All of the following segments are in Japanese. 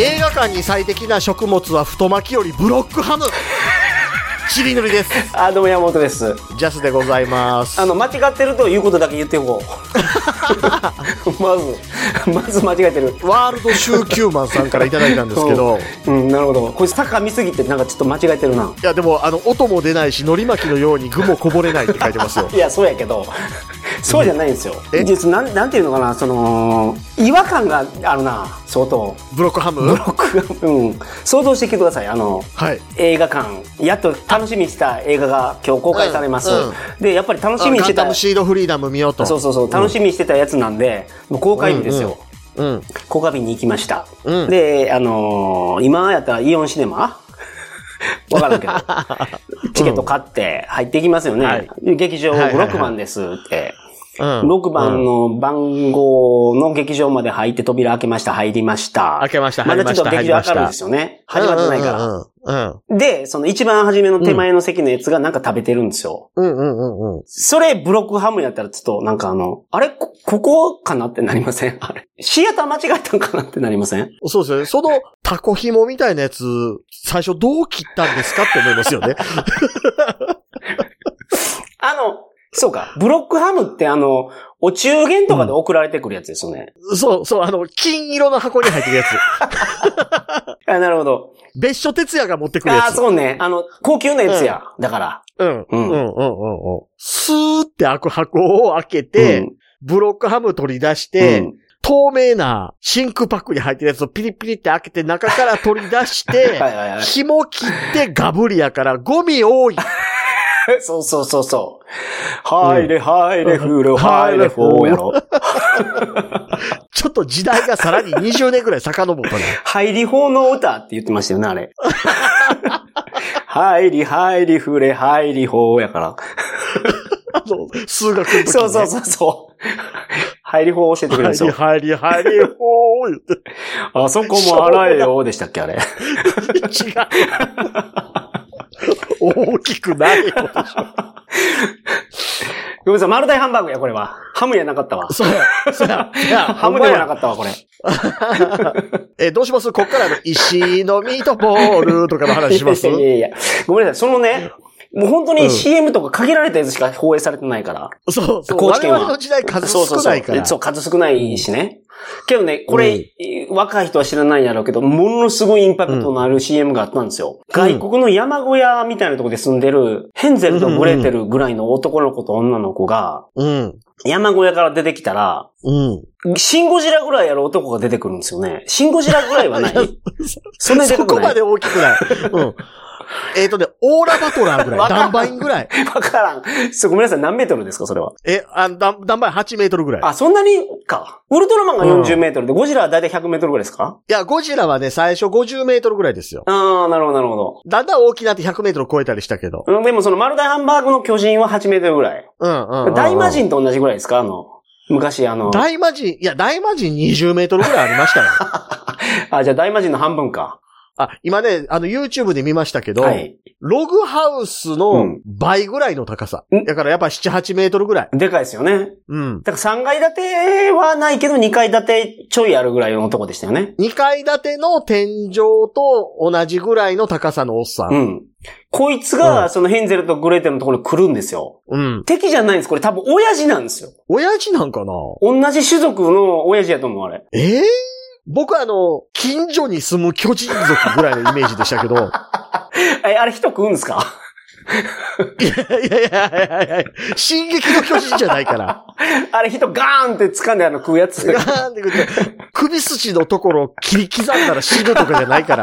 映画館に最適な食物は太巻きよりブロックハム。ちびぬりです。 どうも山本です。 ジャスでございます。 間違ってるということだけ言っておこう。まず間違えてる。 ワールドシューキューマンさんからいただいたんですけど、 なるほど。これサッカー見すぎてなんかちょっと間違えてるな。 いやでも音も出ないし海苔巻きのように具もこぼれないって書いてますよ。 いやそうやけどそうじゃないんですよ。実なんていうのかな、違和感があるな、相当。 ブロックハム？ ブロックハム、想像してきてください。はい、映画館、やっと楽しみにした映画が今日公開されます。で、やっぱり楽しみにしてた。 ガンダムシードフリーダム見ようと。 そう、楽しみにしてたやつなんで、もう公開日ですよ。公開日に行きました。で、今やったらイオンシネマわからんけど、チケット買って入っていきますよね。劇場6番ですって。6番の番号の劇場まで入って扉開けました、入りました。 開けました、 まだちょっと劇場明るいですよね。始まってないから。で、その一番初めの手前の席のやつがなんか食べてるんですよ。それブロックハムやったらちょっとなんかあれここかなってなりません？あれシアター間違えたんかなってなりません？ そうですね。そのタコ紐みたいなやつ、最初どう切ったんですかって思いますよね。 そうか。ブロックハムってお中元とかで送られてくるやつですよね。 そう、金色の箱に入ってるやつ。 なるほど。 別所哲也が持ってくるやつ。 そうね。高級なやつや。だから。 スーって開く箱を開けて、ブロックハム取り出して、透明な真空パックに入ってるやつをピリピリって開けて中から取り出して、紐切ってガブリやからゴミ多い。 そう。入れ、フル、入れ、フォーやろ。 ちょっと時代がさらに20年くらい遡ったね。 入り法の歌って言ってましたよね、あれ。入り、フレ、入り、フォーやから。 数学の時、ね。 そう。入り法教えてくれるんですよ。 入り、フォー言って。 あそこも洗えよ、でしたっけ、あれ。違う。 大きくないよ。 ごめんなさい、丸大ハンバーグや、これは。ハムやなかったわ。 そうや。 ハムではなかったわ、これ。 どうします？こっから石のミートボールとかの話します？ いや。ごめんなさい、もう本当に CM とか限られたやつしか放映されてないから。 そう。我々の時代数少ないから。 そう、数少ないしね。けどね、これ、若い人は知らないんやろうけど、ものすごいインパクトのある CM があったんですよ。外国の山小屋みたいなところで住んでる、ヘンゼルとグレーテルぐらいの男の子と女の子が、山小屋から出てきたら、シンゴジラぐらいやる男が出てくるんですよね。シンゴジラぐらいはないそこまで大きくない。オーラバトラーぐらい。ダンバインぐらい。 わからん。ごめんなさい、何メートルですか、それは。 ダンバイン8メートルぐらい。 そんなにか。ウルトラマンが40メートルで、ゴジラはだいたい100メートルぐらいですか？ いや、ゴジラはね、最初50メートルぐらいですよ。 なるほど。 だんだん大きなって100メートル超えたりしたけど。 でもその丸大ハンバーグの巨人は8メートルぐらい。大魔神と同じぐらいですか？昔大魔神20メートルぐらいありましたよ。 じゃあ大魔神の半分か。 今ね、YouTube で見ましたけど、ログハウスの倍ぐらいの高さ。だからやっぱ7、8メートルぐらい。 でかいですよね。だから3階建てはないけど2階建てちょいあるぐらいのとこでしたよね。 2階建ての天井と同じぐらいの高さのおっさん。 こいつが、そのヘンゼルとグレーテルのところに来るんですよ。敵じゃないんです。これ多分親父なんですよ。 親父なんかな？ 同じ種族の親父やと思う、あれ。 僕近所に住む巨人族ぐらいのイメージでしたけど。 あれ人食うんですか？ いや、進撃の巨人じゃないから。 あれ人ガーンって掴んで食うやつ。 ガーンって食って、首筋のところ切り刻んだら死ぬとかじゃないから。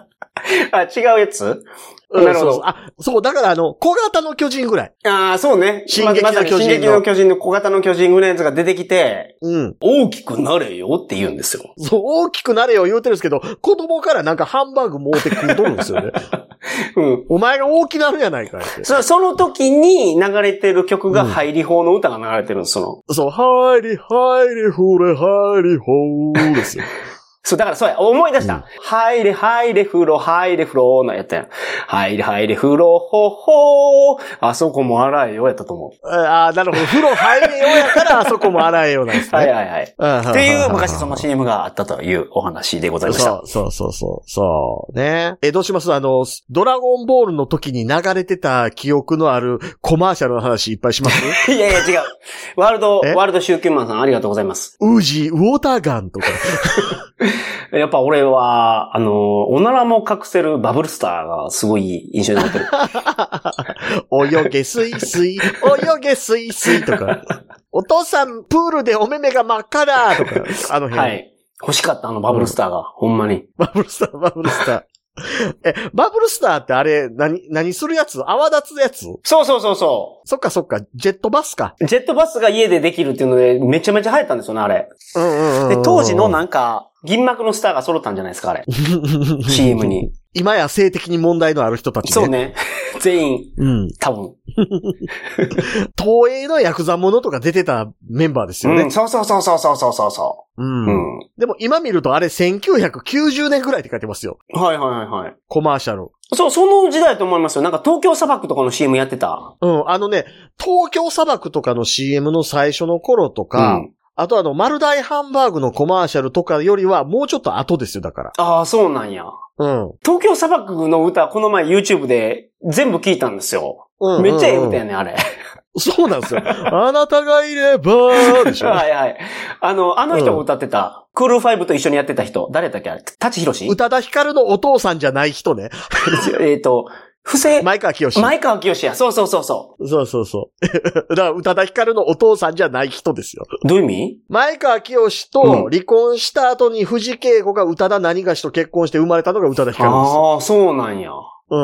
違うやつ？なるほど。 そう、だから小型の巨人ぐらい。 そうね。 進撃の巨人。 進撃の巨人の小型の巨人ぐらいのやつが出てきて、大きくなれよって言うんですよ。 そう、大きくなれよ言うてるんですけど、子供からなんかハンバーグ持ってくるとるんですよね。お前が大きなるやないかいって。 その時に流れてる曲が入り法の歌が流れてるんです、 そう、入り、フレ、入り法ですよ。 そう、だからそうや、思い出した。入れ、入れ、風呂、入れ、風呂、のやったやん。入れ、入れ、風呂、ほほー。あそこも洗えよ、やったと思う。 ああ、なるほど。風呂入れよやからあそこも洗えよなんですね。 はいはいはい。っていう、昔その CM があったというお話でございました。 そうね。どうします？ドラゴンボールの時に流れてた記憶のあるコマーシャルの話いっぱいします？ いやいや違う。ワールドシューキューマンさんありがとうございます。 ウーウォーターガンとか。 やっぱ俺は、おならも隠せるバブルスターがすごい印象に残ってる。 泳げすいすい、泳げすいすいとか。お父さん、プールでお目目が真っ赤だとか、あの辺。はい。 欲しかった、バブルスターが。ほんまに。 バブルスター。バブルスターってあれ、何するやつ？泡立つやつ？ そう。 そっか。ジェットバスか。 ジェットバスが家でできるっていうので、めちゃめちゃ流行ったんですよね、あれ。で、当時のなんか、銀幕のスターが揃ったんじゃないですか、あれ。CM に。 今や性的に問題のある人たちね。 そうね。全員。多分。 東映のヤクザものとか出てたメンバーですよね。 そう。 でも今見るとあれ1990年ぐらいって書いてますよ。 はい。 コマーシャル。 そう、その時代だと思いますよ。なんか東京砂漠とかの CM やってた。 東京砂漠とかの CM の最初の頃とか、あと丸大ハンバーグのコマーシャルとかよりはもうちょっと後ですよ、だから。ああ、そうなんや。東京砂漠の歌、この前 YouTube で全部聞いたんですよ。めっちゃええ歌やね、あれ。 そうなんですよ。あなたがいればでしょ。 はい。あの人が歌ってた、クール5と一緒にやってた人、誰だっけあれ？舘ひろし？ 宇多田ヒカルのお父さんじゃない人ね。 前川清や。そう。 そう。だから、宇多田ヒカルのお父さんじゃない人ですよ。 どういう意味？ 前川清と離婚した後に藤圭子が宇多田何がしと結婚して生まれたのが宇多田ヒカルです。 ああ、そうなんや。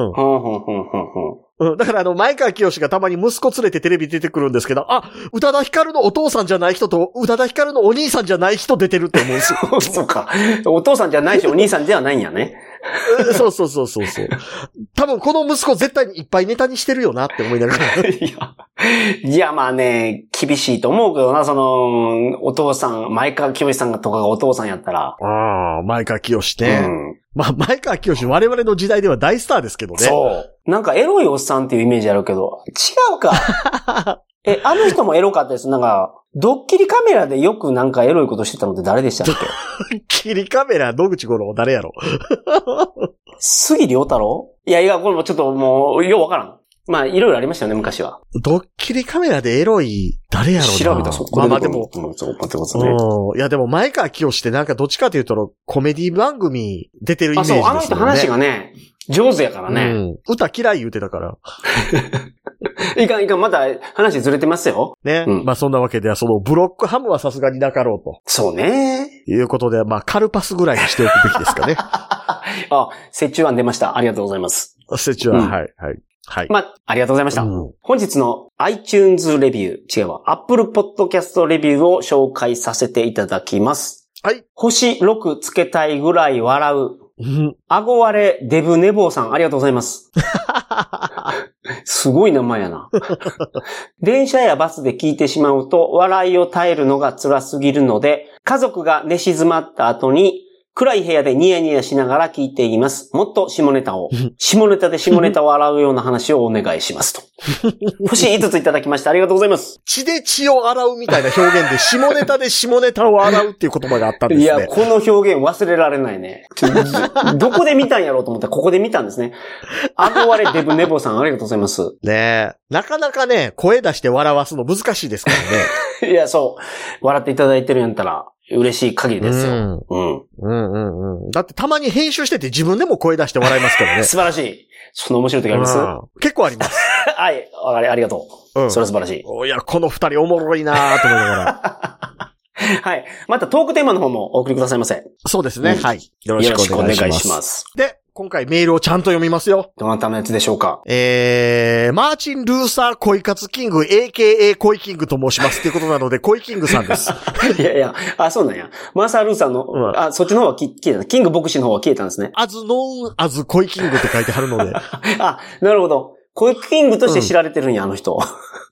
だから前川清がたまに息子連れてテレビ出てくるんですけど、宇多田ヒカルのお父さんじゃない人と、宇多田ヒカルのお兄さんじゃない人出てるって思うんですよ。 そうか。お父さんじゃないし、お兄さんではないんやね。 そう。多分この息子絶対にいっぱいネタにしてるよなって思いながら。 いや、まあね、厳しいと思うけどな、お父さん、前川清さんとかがお父さんやったら。 前川清ね。前川清我々の時代では大スターですけどね。 そう。なんかエロいおっさんっていうイメージあるけど、違うか。あの人もエロかったです。なんか、ドッキリカメラでよくなんかエロいことしてたのって誰でしたっけ？ ドッキリカメラ、野口五郎誰やろ？ 杉良太郎？いや、これもちょっともう、ようわからん。まあ、いろいろありましたよね、昔は。 ドッキリカメラでエロい、誰やろうな。 調べたそこで。 まあでも、いやでも前川清ってなんかどっちかというと、コメディ番組出てるイメージですよね。 あの人話がね、上手やからね。 歌嫌い言うてたから。 いかん、また話ずれてますよ。 ね。まあそんなわけでは、ブロックハムはさすがになかろうと。 そうね。 いうことで、まあカルパスぐらいにしておくべきですかね。 折衷案出ました。ありがとうございます。 折衷案、はい。 まあ、ありがとうございました。本日の iTunes レビュー、違うわ、Apple Podcast レビューを紹介させていただきます。 はい。 星6つけたいぐらい笑う。顎割れデブネボーさん、ありがとうございます。すごい名前やな。電車やバスで聞いてしまうと笑いを耐えるのが辛すぎるので、家族が寝静まった後に暗い部屋でニヤニヤしながら聞いています。もっと下ネタを洗うような話をお願いしますと。星5ついただきましてありがとうございます。 血で血を洗うみたいな表現で下ネタで下ネタを洗うっていう言葉があったんですね。 いや、この表現忘れられないね。どこで見たんやろうと思ったらここで見たんですね。顎割れデブネボさんありがとうございます。 ねえ。なかなかね、声出して笑わすの難しいですからね。いや、そう。笑っていただいてるんやったら嬉しい限りですよ。 だってたまに編集してて自分でも声出して笑いますからね。 素晴らしい。その面白い時あります？ 結構あります。 はい、ありがとう。それは素晴らしい。 いや、この二人おもろいなぁと思いながら。 はい。またトークテーマの方もお送りくださいませ。 そうですね。はい。よろしくお願いします。で、今回メールをちゃんと読みますよ。 どなたのやつでしょうか？ マーチン・ルーサー・コイカツキング AKA コイキングと申しますっていうことなので、コイキングさんです。 いや、そうなんや。マーサー・ルーサーの、そっちの方は消えた。キング牧師の方は消えたんですね。 as known as コイキングって書いてあるので。 なるほど。コイキングとして知られてるんや、あの人。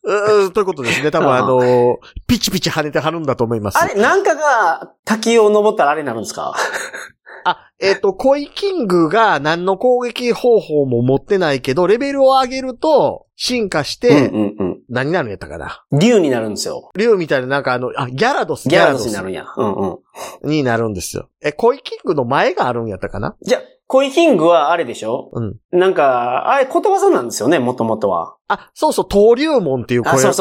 ということですね。多分ピチピチ跳ねてはるんだと思います。 あれ、なんかが滝を登ったらあれになるんですか？ コイキングが何の攻撃方法も持ってないけど、レベルを上げると進化して、何になるんやったかな。 竜になるんですよ。 竜みたいなギャラドス。 ギャラドスになるんや。 になるんですよ。コイキングの前があるんやったかな。 じゃ、コイキングはあれでしょ？なんか、あれ言葉さなんですよね、もともとは。 そうそう、登竜門っていう声。 そう。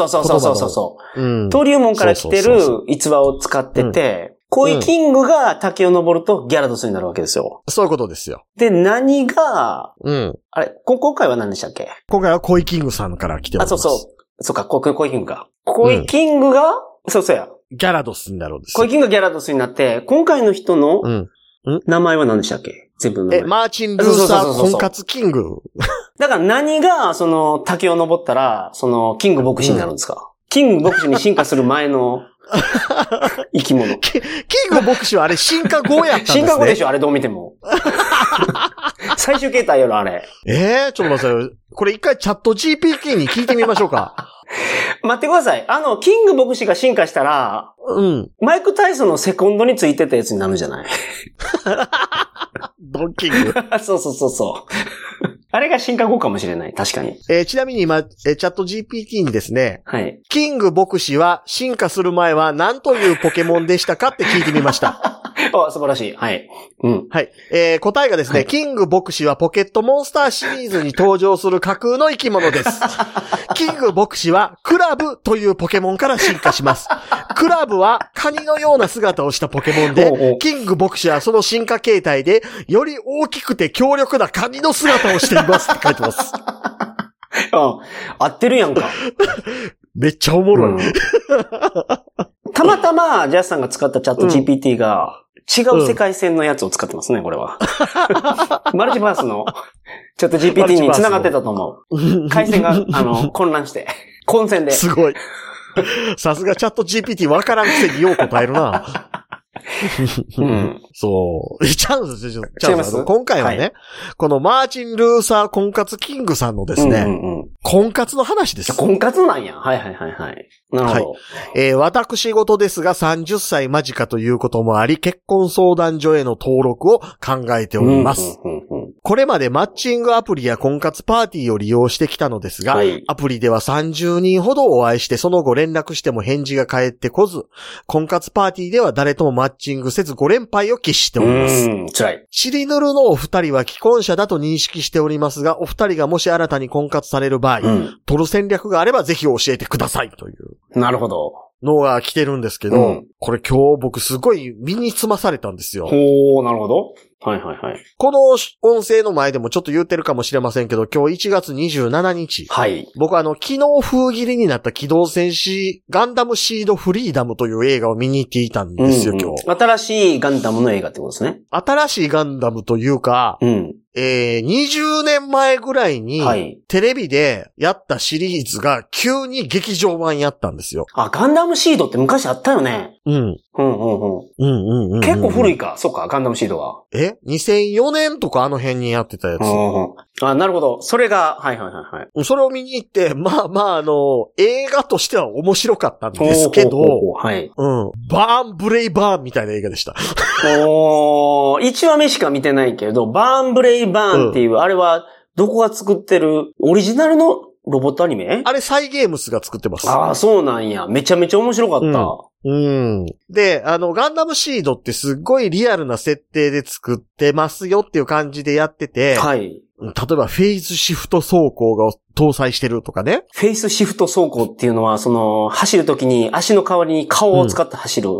登竜門から来てる逸話を使ってて、コイキングが滝を登るとギャラドスになるわけですよ。 そういうことですよ。 で、何が、あれ、今回は何でしたっけ？ 今回はコイキングさんから来ております。 そうか、コイキングか。コイキングが、そうや。 ギャラドスになるんですよ。 コイキングがギャラドスになって、今回の人の、名前は何でしたっけ？全部の名前。 マーチン・ルーサー・婚活キング。 だから何が、滝を登ったら、キング牧師になるんですか？キング牧師に進化する前の、生き物。 キング牧師はあれ進化後やったんですね。 進化後でしょ、あれどう見ても。最終形態よろ、あれ。 ちょっと待ってよ。これ一回チャット GPT に聞いてみましょうか。 待ってください。キング牧師が進化したら、マイク・タイソンのセコンドについてたやつになるんじゃない？ ドンキング。 そう。あれが進化後かもしれない。確かに。 ちなみに今、チャット GPT にですね、 はい。 キング牧師は進化する前は何というポケモンでしたかって聞いてみました。 素晴らしい。はい。 はい。答えがですね、キング牧師はポケットモンスターシリーズに登場する架空の生き物です。キング牧師はクラブというポケモンから進化します。クラブはカニのような姿をしたポケモンで、キング牧師はその進化形態で、より大きくて強力なカニの姿をしていますって書いてます。 合ってるやんか。 めっちゃおもろい。 たまたま、ジャスさんが使ったチャット GPT が、違う世界線のやつを使ってますね、これは。マルチバースのチャット GPT に繋がってたと思う。回線が、混乱して。混戦で。 すごい。さすがチャット GPT わからんくせによう答えるな。そう。チャンス今回はね、このマーチン・ルーサー婚活キングさんのですね、婚活の話です。 婚活なんや。はい。なるほど。 私事ですが30歳間近ということもあり、結婚相談所への登録を考えております。これまでマッチングアプリや婚活パーティーを利用してきたのですが、アプリでは30人ほどお会いしてその後連絡しても返事が返ってこず、婚活パーティーでは誰ともマッチングせず5連敗を喫しております。 辛い。 シリヌルのお二人は既婚者だと認識しておりますが、お二人がもし新たに婚活される場合、取る戦略があればぜひ教えてくださいという。 なるほど。 のが来てるんですけど、これ今日僕すごい身につまされたんですよ。 なるほど。はい。 この音声の前でもちょっと言ってるかもしれませんけど、今日1月27日。 はい。 僕昨日封切りになった機動戦士ガンダムシードフリーダムという映画を見に行っていたんですよ、今日。 新しいガンダムの映画ってことですね。 新しいガンダムというか、20年前ぐらいに、テレビでやったシリーズが急に劇場版やったんですよ。 ガンダムシードって昔あったよね。結構古いか。そうか、ガンダムシードは。 2004年とかあの辺にやってたやつ。 なるほど。それが、はい。 それを見に行って、映画としては面白かったんですけど、バーンブレイバーンみたいな映画でした。 1話目しか見てないけど、バーンブレイバーンっていう、あれは、どこが作ってる、オリジナルのロボットアニメ？ あれサイゲームスが作ってます。 そうなんや。めちゃめちゃ面白かった。 で、ガンダムシードってすっごいリアルな設定で作ってますよっていう感じでやってて、例えばフェイズシフト走行が搭載してるとかね。 フェイスシフト走行っていうのは、走るときに足の代わりに顔を使って走る。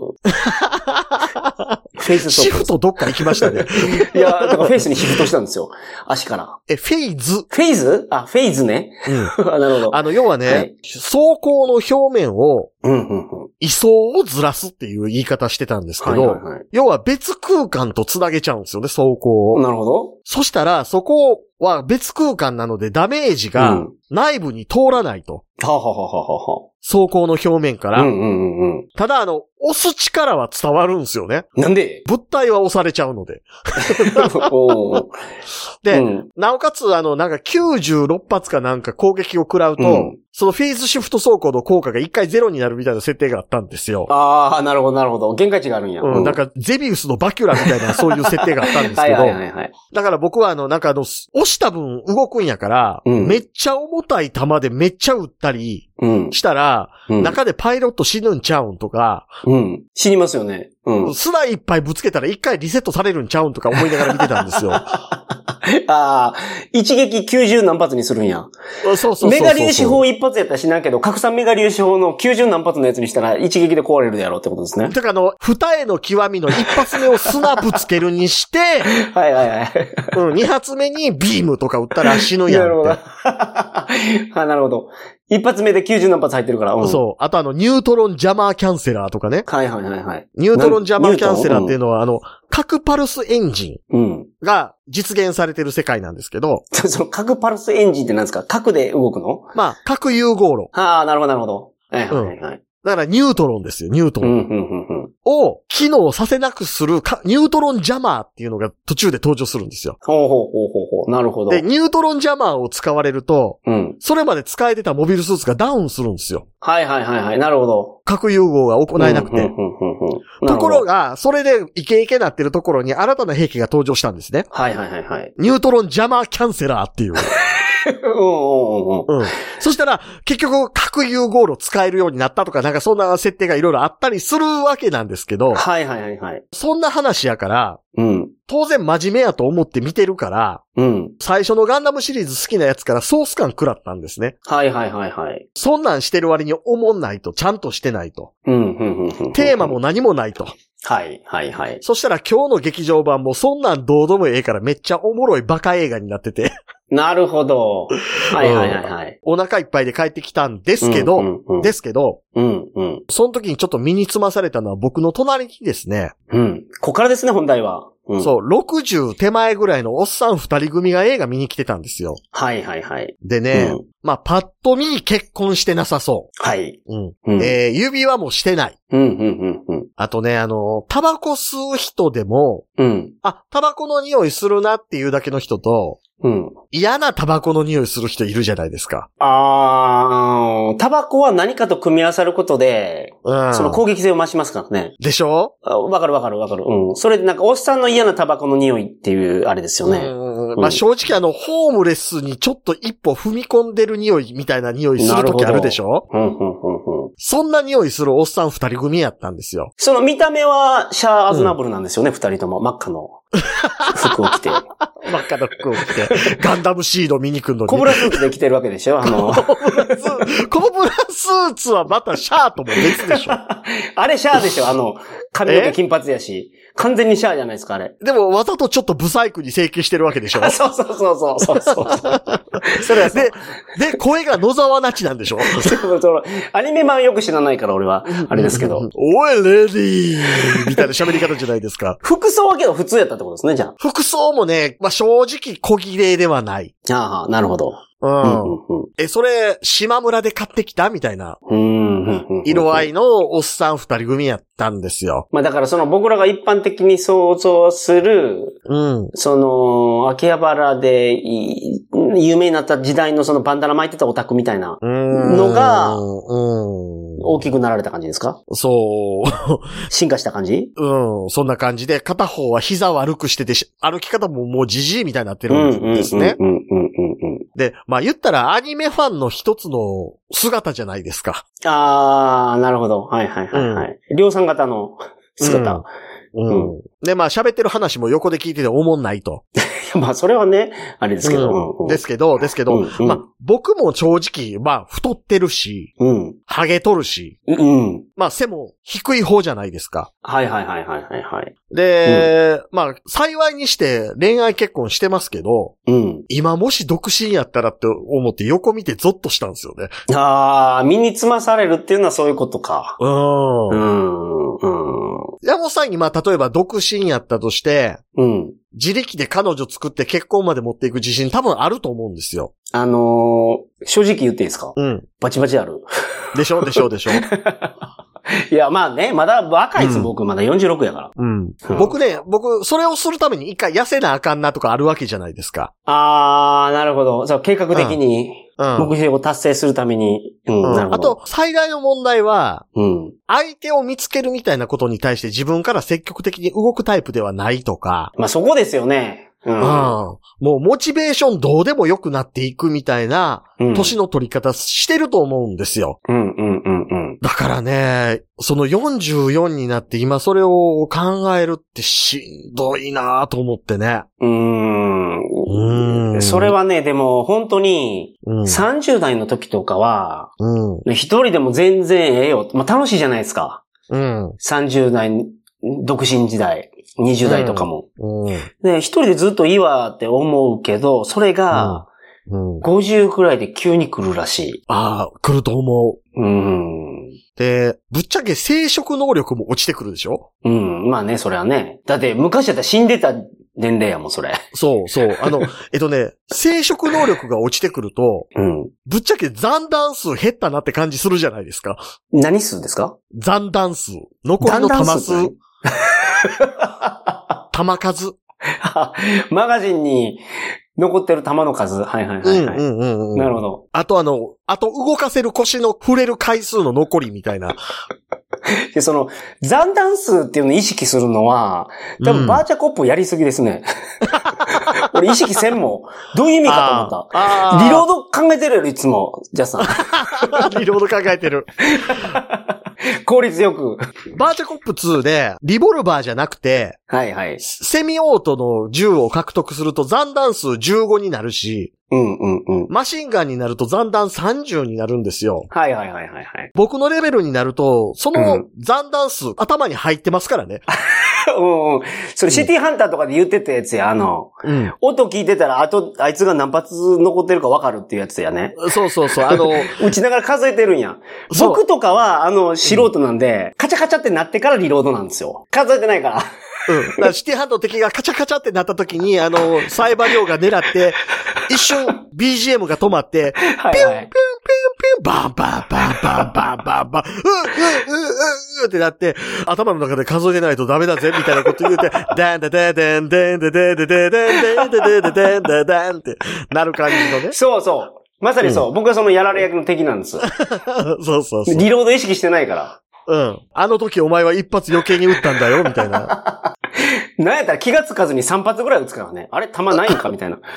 フェイス走行。 シフトどっか行きましたね。 いや、だからフェイスにシフトしたんですよ。足から。 フェイズ。 フェイズ？フェイズね。なるほど。 要はね、走行の表面を、位相をずらすっていう言い方してたんですけど、要は別空間とつなげちゃうんですよね、走行を。 なるほど。 そしたら、そこは別空間なのでダメージが内部に通らないと。走行の表面から。ただ押す力は伝わるんですよね。 なんで？ 物体は押されちゃうので。で、なおかつなんか96発かなんか攻撃を食らうと、そのフェーズシフト走行の効果が1回ゼロになるみたいな設定があったんですよ。 ああ、なるほど、なるほど。限界値があるんや。 なんか、ゼビウスのバキュラみたいな、そういう設定があったんですけど。だから僕はなんか押した分動くんやから、めっちゃ重たい弾でめっちゃ撃ったりしたら、中でパイロット死ぬんちゃうんとか。 死にますよね。 砂いっぱいぶつけたら1回リセットされるんちゃうんとか思いながら見てたんですよ。 ああ、一撃90何発にするんや。 そう。 メガ粒子砲一発やったら死なんけど、拡散メガ粒子砲の90何発のやつにしたら一撃で壊れるでやろうってことですね。 だから二重の極みの一発目を砂ぶつけるにして、二発目にビームとか撃ったら死ぬやんって。 なるほど。一発目で90何発入ってるから。 そう。あとニュートロンジャマーキャンセラーとかね。ニュートロンジャマーキャンセラーっていうのは核パルスエンジンが実現されてる世界なんですけど。 その核パルスエンジンって何ですか？核で動くの？ まあ、核融合炉。 ああ、なるほど、なるほど。 だからニュートロンですよ、ニュートロン。を機能させなくするニュートロンジャマーっていうのが途中で登場するんですよ。 なるほど。 で、ニュートロンジャマーを使われると、それまで使えてたモビルスーツがダウンするんですよ。 なるほど。 核融合が行えなくて。ところが、それでイケイケなってるところに新たな兵器が登場したんですね。ニュートロンジャマーキャンセラーっていう。そしたら、結局、核融合炉使えるようになったとか、なんかそんな設定がいろいろあったりするわけなんですけど、そんな話やから、当然真面目やと思って見てるから、最初のガンダムシリーズ好きなやつからソース感食らったんですね。そんなんしてる割に思んないと、ちゃんとしてないと。テーマも何もないと。そしたら今日の劇場版もそんなんどうでもええからめっちゃおもろいバカ映画になってて。 なるほど。 お腹いっぱいで帰ってきたんですけど、その時にちょっと身につまされたのは僕の隣にですね。 ここからですね、本題は。 そう、60手前ぐらいのおっさん二人組が映画見に来てたんですよ。でね、まあ、パッと見結婚してなさそう。指輪もしてない。あとね、タバコ吸う人でも、タバコの匂いするなっていうだけの人と、嫌なタバコの匂いする人いるじゃないですか。 タバコは何かと組み合わさることで、その攻撃性を増しますからね。 でしょ？ わかる。それでなんかおっさんの嫌なタバコの匂いっていうあれですよね。 まあ正直ホームレスにちょっと一歩踏み込んでる匂いみたいな匂いするときあるでしょ？そんな匂いするおっさん二人組やったんですよ。 その見た目はシャア・アズナブルなんですよね、二人とも。真っ赤の服を着て。 真っ赤の服を着て、ガンダムシード見に来るのに。 コブラスーツで着てるわけでしょコブラスーツはまたシャアとも別でしょあれシャアでしょ髪の毛金髪やし。完全にシャアじゃないですか、あれ。 でも、わざとちょっとブサイクに整形してるわけでしょそう。それはで、声が野沢那智なんでしょアニメ版よく知らないから、俺は。あれですけど。 おい、レディーみたいな喋り方じゃないですか。 服装はけど普通やったってことですね、じゃあ。 服装もね、まあ、正直小綺麗ではない。 ああ、なるほど。 それ、島村で買ってきたみたいな。色合いのおっさん二人組やったんですよ。 まあだからその僕らが一般的に想像する、その、秋葉原で有名になった時代のそのバンダナ巻いてたオタクみたいなのが、大きくなられた感じですか？ そう。 進化した感じ？ そんな感じで、片方は膝悪くしてて、歩き方ももうジジイみたいになってるんですね。で、まあ言ったらアニメファンの一つの姿じゃないですか。 なるほど。量産型の姿。 で、まあ喋ってる話も横で聞いてて思んないと。 まあそれはね、あれですけど。 ですけど、まあ僕も正直、まあ太ってるし、ハゲとるし、まあ背も低い方じゃないですか。で、まあ幸いにして恋愛結婚してますけど、今もし独身やったらって思って横見てゾッとしたんですよね。 身につまされるっていうのはそういうことか。 山本さん今例えば独身やったとして、自力で彼女作って結婚まで持っていく自信多分あると思うんですよ。 正直言っていいですか？バチバチある。 でしょいや、まあね、まだ若いです、僕。まだ46やから。 僕、それをするために一回痩せなあかんなとかあるわけじゃないですか。 なるほど。そう、計画的に、目標を達成するために。なるほど。 あと、最大の問題は、相手を見つけるみたいなことに対して自分から積極的に動くタイプではないとか。 まあそこですよね。 もうモチベーションどうでも良くなっていくみたいな、年の取り方してると思うんですよ。だからね、その44になって今それを考えるってしんどいなと思ってね。 それはね、でも本当に、30代の時とかは、一人でも全然ええよ。まあ楽しいじゃないですか。30代、独身時代。20代とかも。で、一人でずっといいわって思うけど、それが、50くらいで急に来るらしい。 来ると思う。で、ぶっちゃけ生殖能力も落ちてくるでしょ？ まあね、それはね。だって昔だったら死んでた年齢やもん、それ。 そう。生殖能力が落ちてくると、ぶっちゃけ残弾数減ったなって感じするじゃないですか。 何数ですか？ 残弾数。残りの玉数。玉数。 マガジンに残ってる玉の数。はい。なるほど。 あと動かせる腰の触れる回数の残りみたいな。 で、その、残弾数っていうのを意識するのは、多分バーチャコップやりすぎですね。俺意識せんもん。どういう意味かと思った。リロード考えてるよ、いつも。ジャスさん。リロード考えてる。 効率よく。 バーチャコップ2で、リボルバーじゃなくて、セミオートの銃を獲得すると残弾数15になるし、マシンガンになると残弾30になるんですよ。僕のレベルになると、その残弾数、頭に入ってますからね。 それシティハンターとかで言ってたやつや、音聞いてたら、あいつが何発残ってるか分かるっていうやつやね。 そう。 打ちながら数えてるんや。僕とかは、素人なんで、カチャカチャってなってからリロードなんですよ。数えてないから。 だからシティハンターの敵がカチャカチャってなった時に、サイバー量が狙って、一瞬 BGM が止まって、ピュンピュンピュンピュン、バンバンバンバンバンバンバン、ってなって、頭の中で数えてないとダメだぜ、みたいなこと言うて、ダンダダダンダンダダダダダンダンダダダダンダダンってなる感じのね。 そう。まさにそう。僕はそのやられ役の敵なんです。 そう。 リロード意識してないから。 あの時お前は一発余計に撃ったんだよ、みたいな。 なんやったら気がつかずに3発ぐらい撃つからね。あれ弾ないんかみたいな。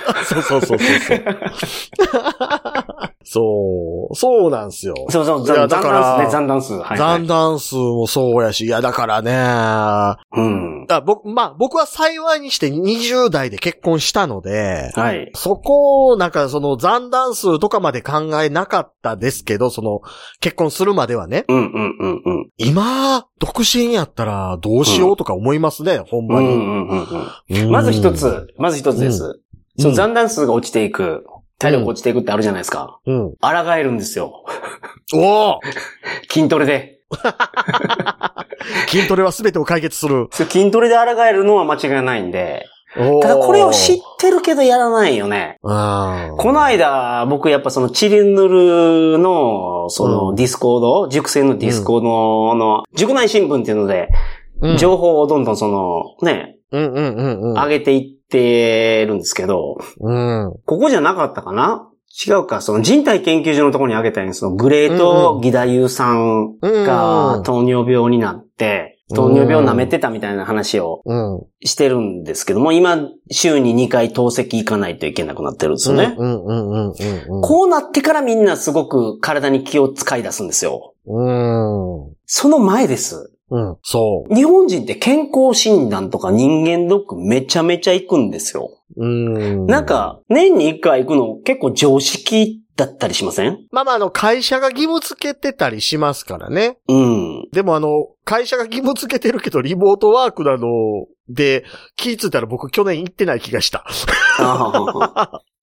そうなんですよ。 そう。残弾数。 残弾数もそうやし、いや、だからね。僕は幸いにして20代で結婚したので、そこを、その残弾数とかまで考えなかったですけど、その、結婚するまではね。今、独身やったらどうしようとか思いますね、ほんまに。 まず一つです。その残弾数が落ちていく。体力落ちていくってあるじゃないですか。抗えるんですよ。筋トレで。 筋トレは全てを解決する。 筋トレで抗えるのは間違いないんで。ただこれを知ってるけどやらないよね。この間、僕やっぱそのチリヌルの、そのディスコード、塾生のディスコードの、塾内新聞っていうので、情報をどんどんその、ね、上げていってるんですけど、ここじゃなかったかな？違うか、その人体研究所のところに上げたように、そのグレート・ギダユさんが糖尿病になって、糖尿病舐めてたみたいな話をしてるんですけども、今、週に2回透析行かないといけなくなってるんですよね。こうなってからみんなすごく体に気を使い出すんですよ。その前です。 そう。 日本人って健康診断とか人間ドックめちゃめちゃ行くんですよ。なんか、年に1回行くの結構常識だったりしません？ 会社が義務付けてたりしますからね。でも会社が義務付けてるけど、リモートワークなので、気ぃついたら僕去年行ってない気がした。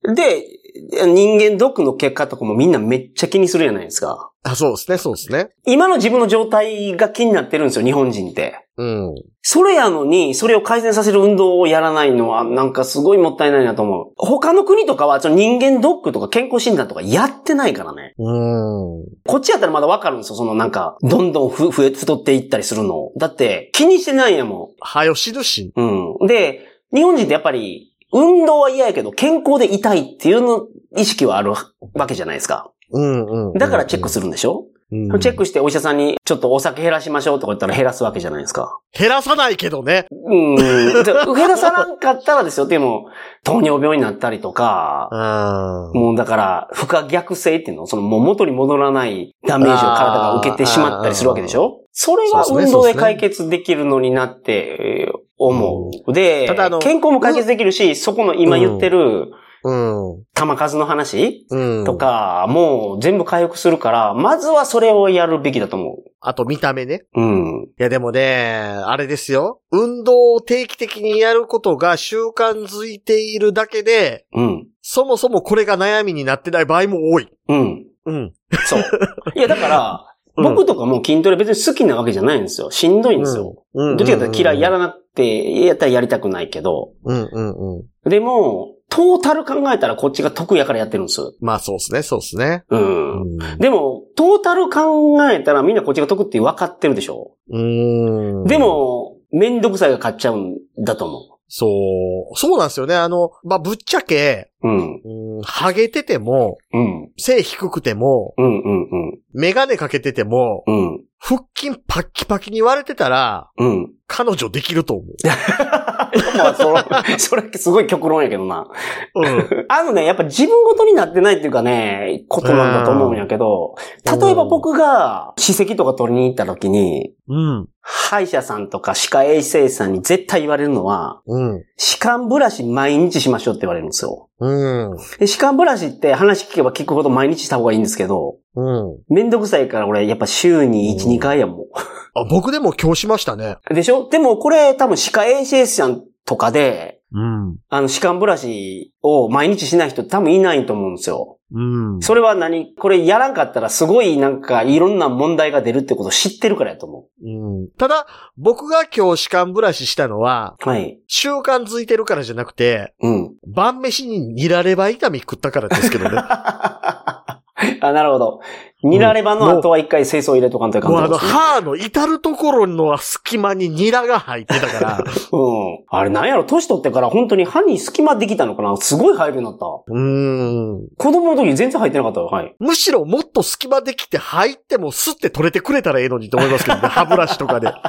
で、人間ドックの結果とかもみんなめっちゃ気にするじゃないですか。 あ、そうですね、そうですね。 今の自分の状態が気になってるんですよ、日本人って。 うん。 それやのに、それを改善させる運動をやらないのは、なんかすごいもったいないなと思う。他の国とかは、人間ドックとか健康診断とかやってないからね。こっちやったらまだわかるんですよ、どんどん太っていったりするの。だって、気にしてないんやもん。 はよしるし。 うん。で、日本人ってやっぱり、運動は嫌やけど、健康でいたいっていうの意識はあるわけじゃないですか。だからチェックするんでしょ？チェックしてお医者さんにちょっとお酒減らしましょうとか言ったら減らすわけじゃないですか。 減らさないけどね。 減らさなかったらですよ。でも、糖尿病になったりとか、もうだから、不可逆性っていうの、もう元に戻らないダメージを体が受けてしまったりするわけでしょ？それが運動で解決できるのになって思う。で、健康も解決できるし、そこの今言ってる、玉数の話とか、もう全部回復するから、まずはそれをやるべきだと思う。 あと見た目ね。いやでもね、あれですよ。運動を定期的にやることが習慣づいているだけで、そもそもこれが悩みになってない場合も多い。 そう。いやだから、僕とかも筋トレ別に好きなわけじゃないんですよ。しんどいんですよ。どっちかというと嫌いやらなくて、やったらやりたくないけど。でも、トータル考えたらこっちが得やからやってるんです。 まあそうですね、そうですね。 でも、トータル考えたらみんなこっちが得って分かってるでしょ。でも、めんどくさいが勝っちゃうんだと思う。 そうなんですよね。ぶっちゃけ、ハゲてても、背低くても、メガネかけてても、腹筋パッキパキに割れてたら、彼女できると思う。 まあ、それすごい極論やけどな。やっぱ自分ごとになってないっていうかね、ことなんだと思うんやけど、例えば僕が歯石とか取りに行った時に、歯医者さんとか歯科衛生士さんに絶対言われるのは、歯間ブラシ毎日しましょうって言われるんですよ。で歯間ブラシって話聞けば聞くほど毎日した方がいいんですけど、めんどくさいから俺やっぱ週に1、2回やもん。 僕でも今日しましたね。 でしょ？でもこれ多分歯科衛生士さんとかで、歯間ブラシを毎日しない人多分いないと思うんですよ。それはこれやらんかったらすごいいろんな問題が出るってことを知ってるからやと思う。 ただ、僕が今日歯間ブラシしたのは、習慣づいてるからじゃなくて、晩飯にニラレバ炒め食ったからですけどね。 なるほど。ニラレバの後は一回清掃入れとかんといかんとですね。 歯の至るところの隙間にニラが入ってたから。 あれなんやろ、年取ってから本当に歯に隙間できたのかな？すごい入るようになった。子供の時全然入ってなかったよ。 むしろもっと隙間できて入ってもスッて取れてくれたらええのにと思いますけどね。歯ブラシとかで。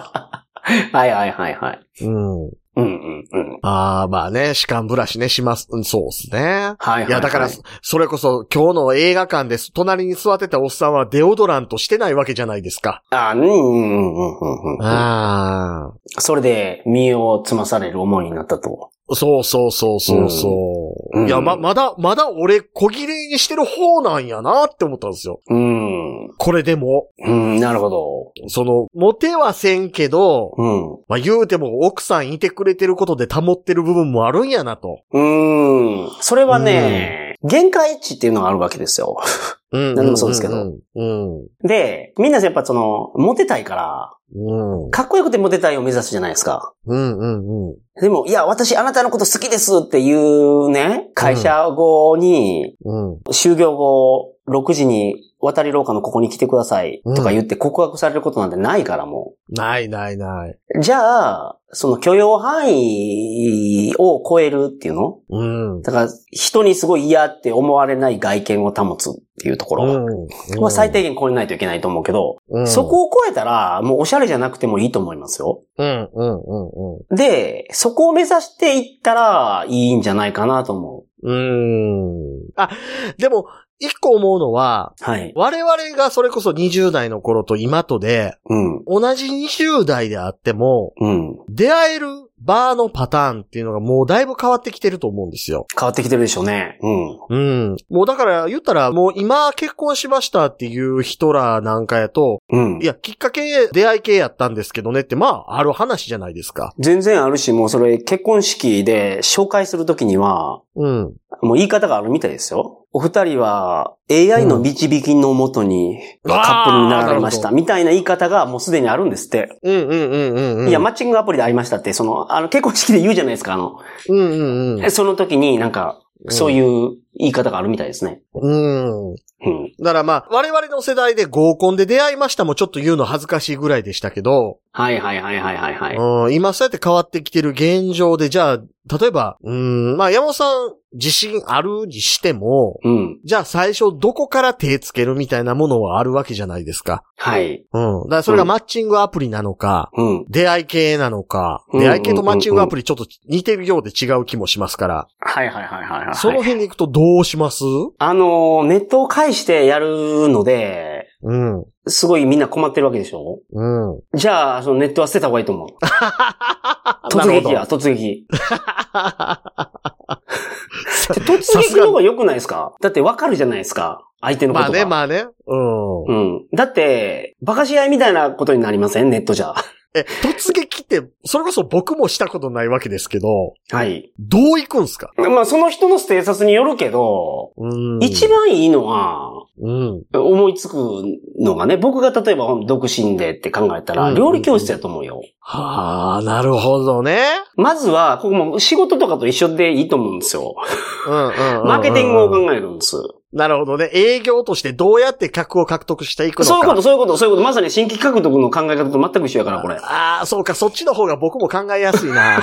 まあね、歯間ブラシね、します。そうですね。いや、だから、それこそ今日の映画館です。隣に座ってたおっさんはデオドラントしてないわけじゃないですか。 それで身をつまされる思いになったと。 そう。いや、まだ俺小切れにしてる方なんやなって思ったんですよ。これでも。 なるほど。 モテはせんけど、言うても奥さんいてくれてることで保ってる部分もあるんやなと。 それはね、限界値っていうのがあるわけですよ。何でもそうですけど。で、みんなやっぱモテたいから、かっこよくてモテたいを目指すじゃないですか。でも、いや、私あなたのこと好きですっていうね、会社後に、就業後6時に渡り廊下のここに来てくださいとか言って告白されることなんてないからもう。 ない。 じゃあ、許容範囲を超えるっていうの？だから、人にすごい嫌って思われない外見を保つっていうところは最低限超えないといけないと思うけど、そこを超えたら、もうおしゃれじゃなくてもいいと思いますよ。で、そこを目指していったらいいんじゃないかなと思う。 でも、一個思うのは、我々がそれこそ20代の頃と今とで、同じ20代であっても、出会えるバーのパターンっていうのがもうだいぶ変わってきてると思うんですよ。 変わってきてるでしょうね。 うん。もうだから言ったらもう今結婚しましたっていう人らなんかやと、いや、きっかけ出会い系やったんですけどねってある話じゃないですか。 全然あるし、もうそれ結婚式で紹介するときには、もう言い方があるみたいですよ。お二人は AI の導きのもとにカップルになられましたみたいな言い方がもうすでにあるんですって。いや、マッチングアプリで会いましたって、結婚式で言うじゃないですか、その時になんか、そういう言い方があるみたいですね。だから我々の世代で合コンで出会いましたもちょっと言うの恥ずかしいぐらいでしたけど。 はい。 今そうやって変わってきてる現状で、じゃあ、例えば、山本さん自信あるにしても、じゃあ最初どこから手つけるみたいなものはあるわけじゃないですか。 はい。 だからそれがマッチングアプリなのか、出会い系なのか、出会い系とマッチングアプリちょっと似てるようで違う気もしますから。 はい。 その辺でいくとどうします？ ネットを介してやるので、すごいみんな困ってるわけでしょ？じゃあ、ネットは捨てた方がいいと思う。突撃。突撃の方が良くないですか？だってわかるじゃないですか。相手のことが。 まあね。 だって、馬鹿し合いみたいなことになりません？ネットじゃ。 突撃って、それこそ僕もしたことないわけですけど。 はい。 どう行くんすか？ その人のステータスによるけど、一番いいのは、思いつくのがね、僕が例えば独身でって考えたら、料理教室やと思うよ。 はあ、なるほどね。 まずは、ここも仕事とかと一緒でいいと思うんですよ。マーケティングを考えるんです。 なるほどね。営業としてどうやって客を獲得していくのか。 そういうこと。まさに新規獲得の考え方と全く一緒やから、これ。 ああ、そうか。そっちの方が僕も考えやすいな。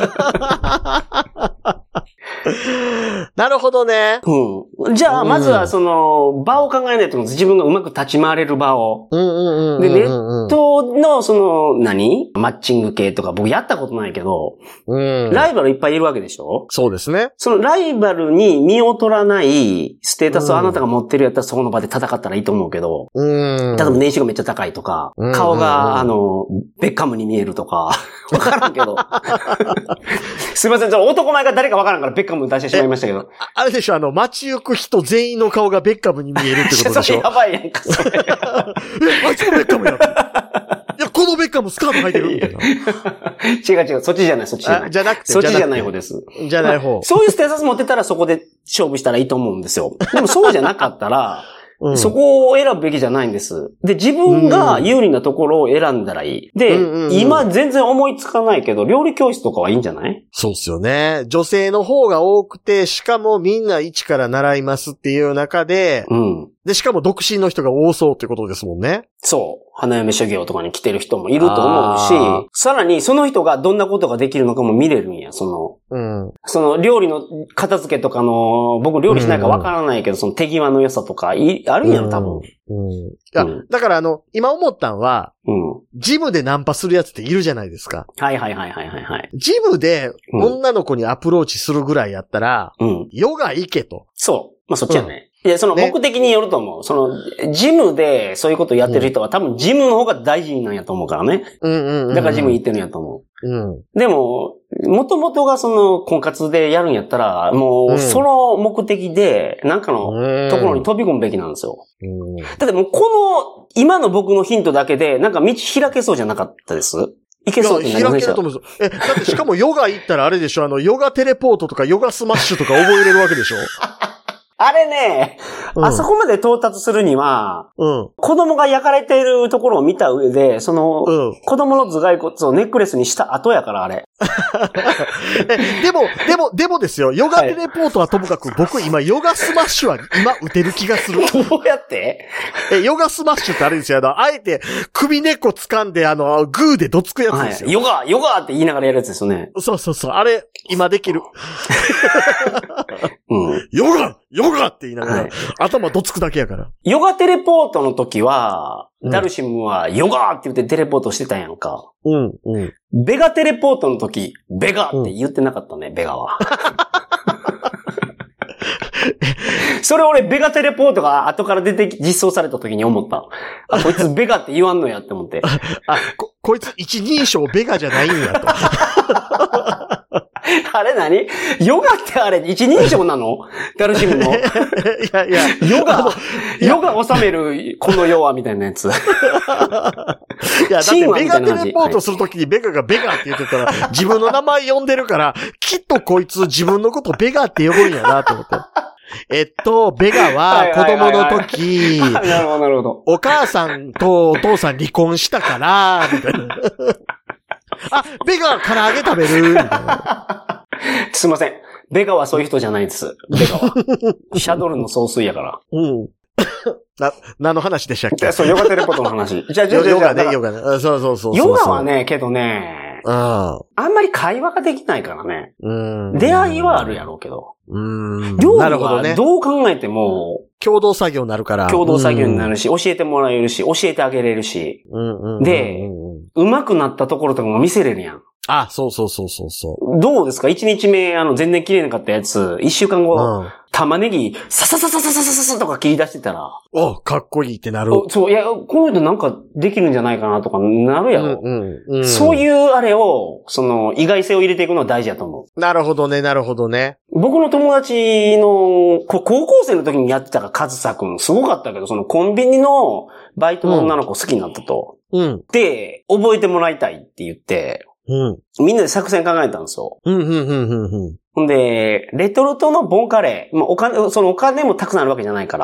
なるほどね。 じゃあ、まずは場を考えないと思うんです。自分がうまく立ち回れる場を。で、ネットのマッチング系とか僕やったことないけど、ライバルいっぱいいるわけでしょ？ そうですね。 そのライバルに身を取らないステータスをあなたが持ってるやったらそこの場で戦ったらいいと思うけど、例えば年収がめっちゃ高いとか、顔がベッカムに見えるとか、わからんけど。すいません、男前が誰かわからんからベッカム出してしまいましたけど。 あれでしょ、街行く人全員の顔がベッカムに見えるってことでしょ？ それやばいやんか、それ。 あいつもベッカムや。いや、このベッカムスカート履いてるみたいな。 違う、そっちじゃない。 じゃなくて。 そっちじゃない方です。 じゃない方。 そういうステータス持ってたらそこで勝負したらいいと思うんですよ。でもそうじゃなかったら、そこを選ぶべきじゃないんです。で、自分が有利なところを選んだらいい。で、今全然思いつかないけど、料理教室とかはいいんじゃない？ そうっすよね。女性の方が多くて、しかもみんな一から習いますっていう中で、で、しかも独身の人が多そうってことですもんね。 そう。花嫁修行とかに来てる人もいると思うし、さらにその人がどんなことができるのかも見れるんや、その料理の片付けとか僕料理しないからわからないけど、その手際の良さとかあるんやろ、多分。 だから今思ったんは、ジムでナンパするやつっているじゃないですか。 はい。 ジムで女の子にアプローチするぐらいやったら、ヨガ行けと。 そう。そっちやね。いや、目的によると思う。ジムでそういうことやってる人は多分ジムの方が大事なんやと思うからね。だからジム行ってるんやと思う。でも、元々が婚活でやるんやったら、もう、その目的で、なんかのところに飛び込むべきなんですよ。だってもう今の僕のヒントだけで、なんか道開けそうじゃなかったです？いけそうってなりました。 開けると思うんですよ。だってしかもヨガ行ったらあれでしょ、ヨガテレポートとかヨガスマッシュとか覚えれるわけでしょ？ あれね、あそこまで到達するには、子供が焼かれているところを見た上で、子供の頭蓋骨をネックレスにした後やから、あれ。でもですよ、ヨガテレポートはともかく、僕今ヨガスマッシュは今打てる気がする。 どうやって？ ヨガスマッシュってあれですよ、あえて首根っこ掴んでグーでどつくやつですよ。 ヨガって言いながらやるやつですよね。 そう、あれ、今できる。ヨガって言いながら、頭どつくだけやから。 ヨガテレポートの時は、ダルシムはヨガって言ってテレポートしてたやんか。ベガテレポートの時、ベガって言ってなかったね、ベガは。それ俺、ベガテレポートが後から実装された時に思った。こいつベガって言わんのやって思って。 こいつ一人称ベガじゃないんやと。 あれ何ヨガってあれ一人称なのダルシムの。いやいや。 ヨガ収めるこの世はみたいなやつ。いや、だってベガテレポートするときにベガがベガって言ってたら、自分の名前呼んでるから、きっとこいつ自分のことベガって呼ぶんやなと思って。ベガは子供の時、 なるほど、なるほど。 お母さんとお父さん離婚したから、みたいな。あ、ベガ唐揚げ食べるみたいな。 すいません。ベガはそういう人じゃないです。ベガは。シャドルの総帥やから。 うん。何の話でしたっけ？ そう、ヨガテレポートの話。じゃあ、 ヨガね。そう。 ヨガはね、けどね、あんまり会話ができないからね。出会いはあるやろうけど。料理はどう考えても、 共同作業になるから。 共同作業になるし、教えてもらえるし、教えてあげれるし。で、上手くなったところとかも見せれるやん。 あ、そう。 どうですか？ 1 日目、全然切れなかったやつ、1週間後、玉ねぎ、サとか切り出してたら。 かっこいいってなる。 そう、いや、この人なんかできるんじゃないかなとかなるやろ。そういうあれを、意外性を入れていくのは大事だと思う。 なるほどね。 僕の友達の、高校生の時にやってたから、カズサ君、すごかったけど、コンビニのバイトの女の子好きになったと。で、覚えてもらいたいって言って、みんなで作戦考えたんですよ。ほんで、レトルトのボンカレー、お金もたくさんあるわけじゃないから、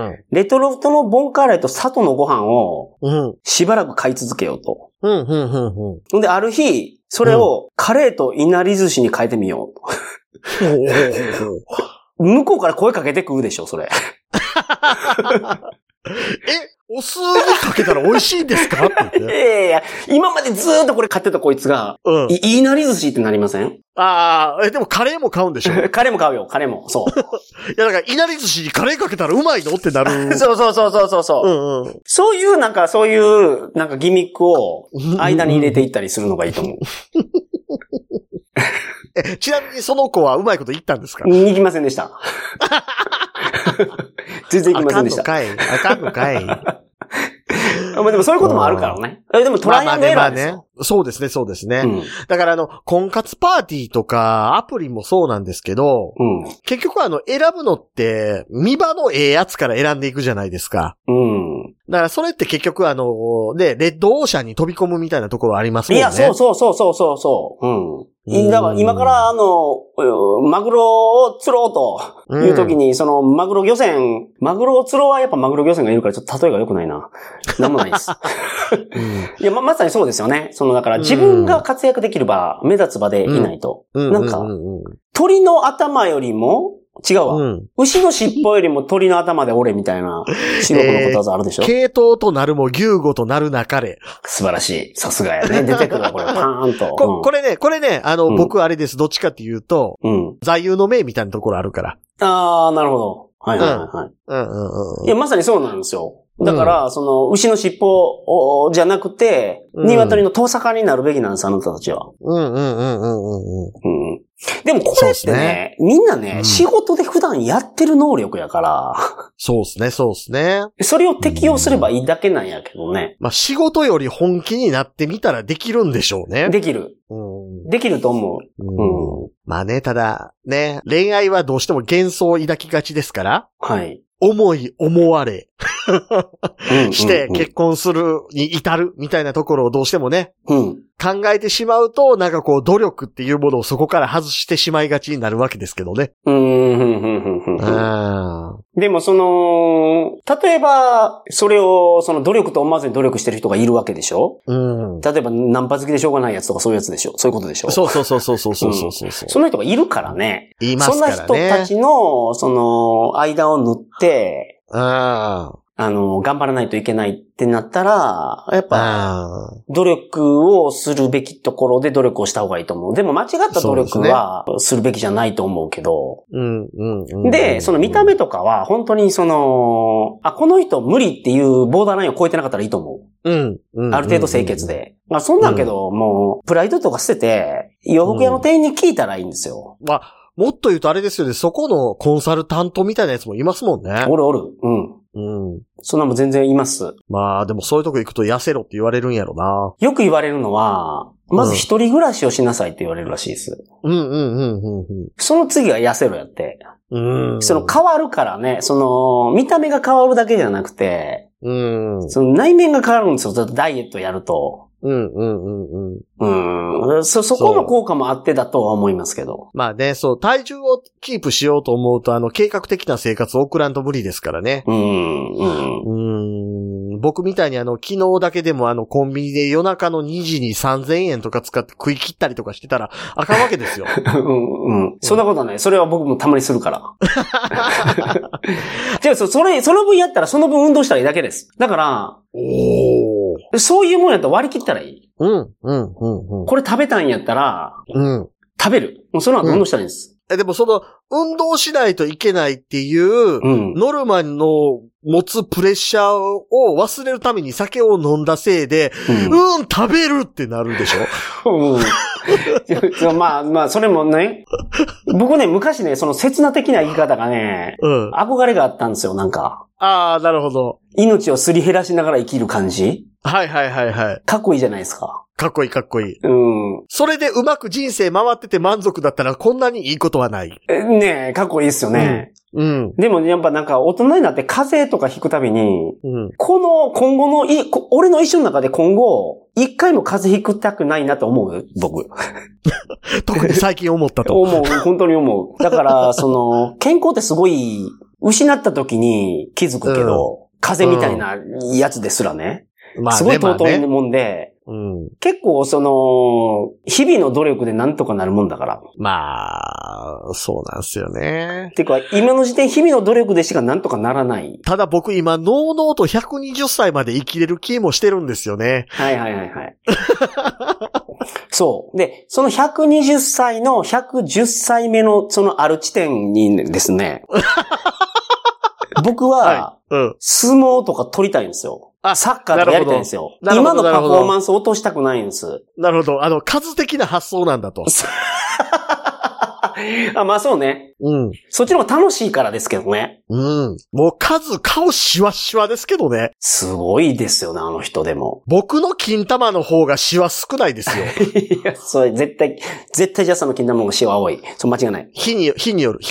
レトルトのボンカレーと砂糖のご飯を、しばらく買い続けようと。ほんで、ある日、それをカレーといなり寿司に変えてみようと。向こうから声かけてくるでしょ、それ。 お酢にかけたら美味しいんですかって言って。 いや今までずーっとこれ買ってたこいつが、いなり寿司ってなりません？ でもカレーも買うんでしょ？ カレーも買うよ、カレーも。そう。 いや、だから、いなり寿司にカレーかけたらうまいのってなる。 そう。そういうギミックを間に入れていったりするのがいいと思う。 ちなみにその子はうまいこと言ったんですか？ 行きませんでした。全然行きませんでした。 あかんのかい。 でもそういうこともあるからね。でもトライアンドエラーですよ。 そうですね。だから婚活パーティーとかアプリもそうなんですけど、結局選ぶのって見栄のええやつから選んでいくじゃないですか。だからそれって結局レッドオーシャンに飛び込むみたいなところありますもんね。いや、そう。だから今からマグロを釣ろうという時に、マグロを釣ろうはやっぱマグロ漁船がいるからちょっと例えが良くないな。なんもないです。いや、まさにそうですよね。だから自分が活躍できる場、目立つ場でいないと。なんか、鳥の頭よりも、違うわ。牛の尻尾よりも鳥の頭で俺みたいな、仕事のことわざあるでしょ？ 系統となるも牛語となるなかれ。 素晴らしい。さすがやね。出てくるわ、これ。パーンと。 これね、僕あれです。どっちかっていうと、座右の銘みたいなところあるから。 なるほど。はい。いや、まさにそうなんですよ。だから、牛の尻尾じゃなくて、鶏のトサカになるべきなんです、あなたたちは。でもこれってね、みんなね、仕事で普段やってる能力やから。 そうですね。 それを適用すればいいだけなんやけどね。 仕事より本気になってみたらできるんでしょうね。 できる。できると思う。ただ、ね、恋愛はどうしても幻想を抱きがちですから。 はい。 思われして結婚するに至るみたいなところをどうしてもね、考えてしまうと、努力っていうものをそこから外してしまいがちになるわけですけどね。 でも例えば、それを努力と思わずに努力してる人がいるわけでしょ？例えば、ナンパ好きでしょうがないやつとかそういうやつでしょ？そういうことでしょ？そう。そんな人がいるからね。 いますからね。 そんな人たちの、間を縫って、頑張らないといけないってなったら、やっぱ、努力をするべきところで努力をした方がいいと思う。でも間違った努力はするべきじゃないと思うけど。で、見た目とかは本当にこの人無理っていうボーダーラインを超えてなかったらいいと思う。ある程度清潔で。そんなんけど、もう、プライドとか捨てて、洋服屋の店員に聞いたらいいんですよ。 もっと言うとあれですよね、そこのコンサルタントみたいなやつもいますもんね。 おる。そんなも全然います。 でもそういうとこ行くと痩せろって言われるんやろな。 よく言われるのは、 まず一人暮らしをしなさいって言われるらしいです。その次は痩せろやって。その変わるからね、見た目が変わるだけじゃなくて、その内面が変わるんですよ。ダイエットやると。そこの効果もあってだとは思いますけど。 まあね、体重をキープしようと思うと、計画的な生活を送らんと無理ですからね。僕みたいに昨日だけでもコンビニで夜中の2時に3000円とか使って食い切ったりとかしてたらあかんわけですよ。 そんなことはない。それは僕もたまにするから。じゃあ、その分やったらその分運動したらいいだけです。だから、そういうもんやったら割り切ったらいい。これ食べたんやったら、食べる。もうその後運動したらいいんです。 でも運動しないといけないっていう、ノルマの持つプレッシャーを忘れるために酒を飲んだせいで、食べるってなるでしょ。まあ、それもね、僕ね、昔ね、刹那的な生き方がね、憧れがあったんですよ、なんか。ああ、なるほど。 命をすり減らしながら生きる感じ？ はい。 かっこいいじゃないですか。 かっこいい。それでうまく人生回ってて満足だったらこんなにいいことはない。 ねえ、かっこいいっすよね。でもやっぱなんか大人になって風邪とかひくたびに、今後の俺の一生の中で今後、一回も風邪ひくたくないなと思う僕。 特に最近思ったと。 本当に思う。だから、健康ってすごい、失った時に気づくけど、風邪みたいなやつですらね。すごい尊いもんで、結構日々の努力でなんとかなるもんだから。 まあ、そうなんですよね。 てか、今の時点日々の努力でしかなんとかならない。 ただ僕今、のうのうと120歳まで生きれる気もしてるんですよね。 はい。そう。で、その120歳の110歳目のある地点にですね、僕は、相撲とか取りたいんですよ。サッカーとかやりたいんですよ。今のパフォーマンスを落としたくないんです。 なるほど。数的な発想なんだと。 まあそうね。そっちの方が楽しいからですけどね。 もう顔シワシワですけどね。 すごいですよね、あの人でも。 僕の金玉の方がシワ少ないですよ。 いや、それ絶対ジャスさんの金玉の方がシワ多い。それ間違いない。 日による。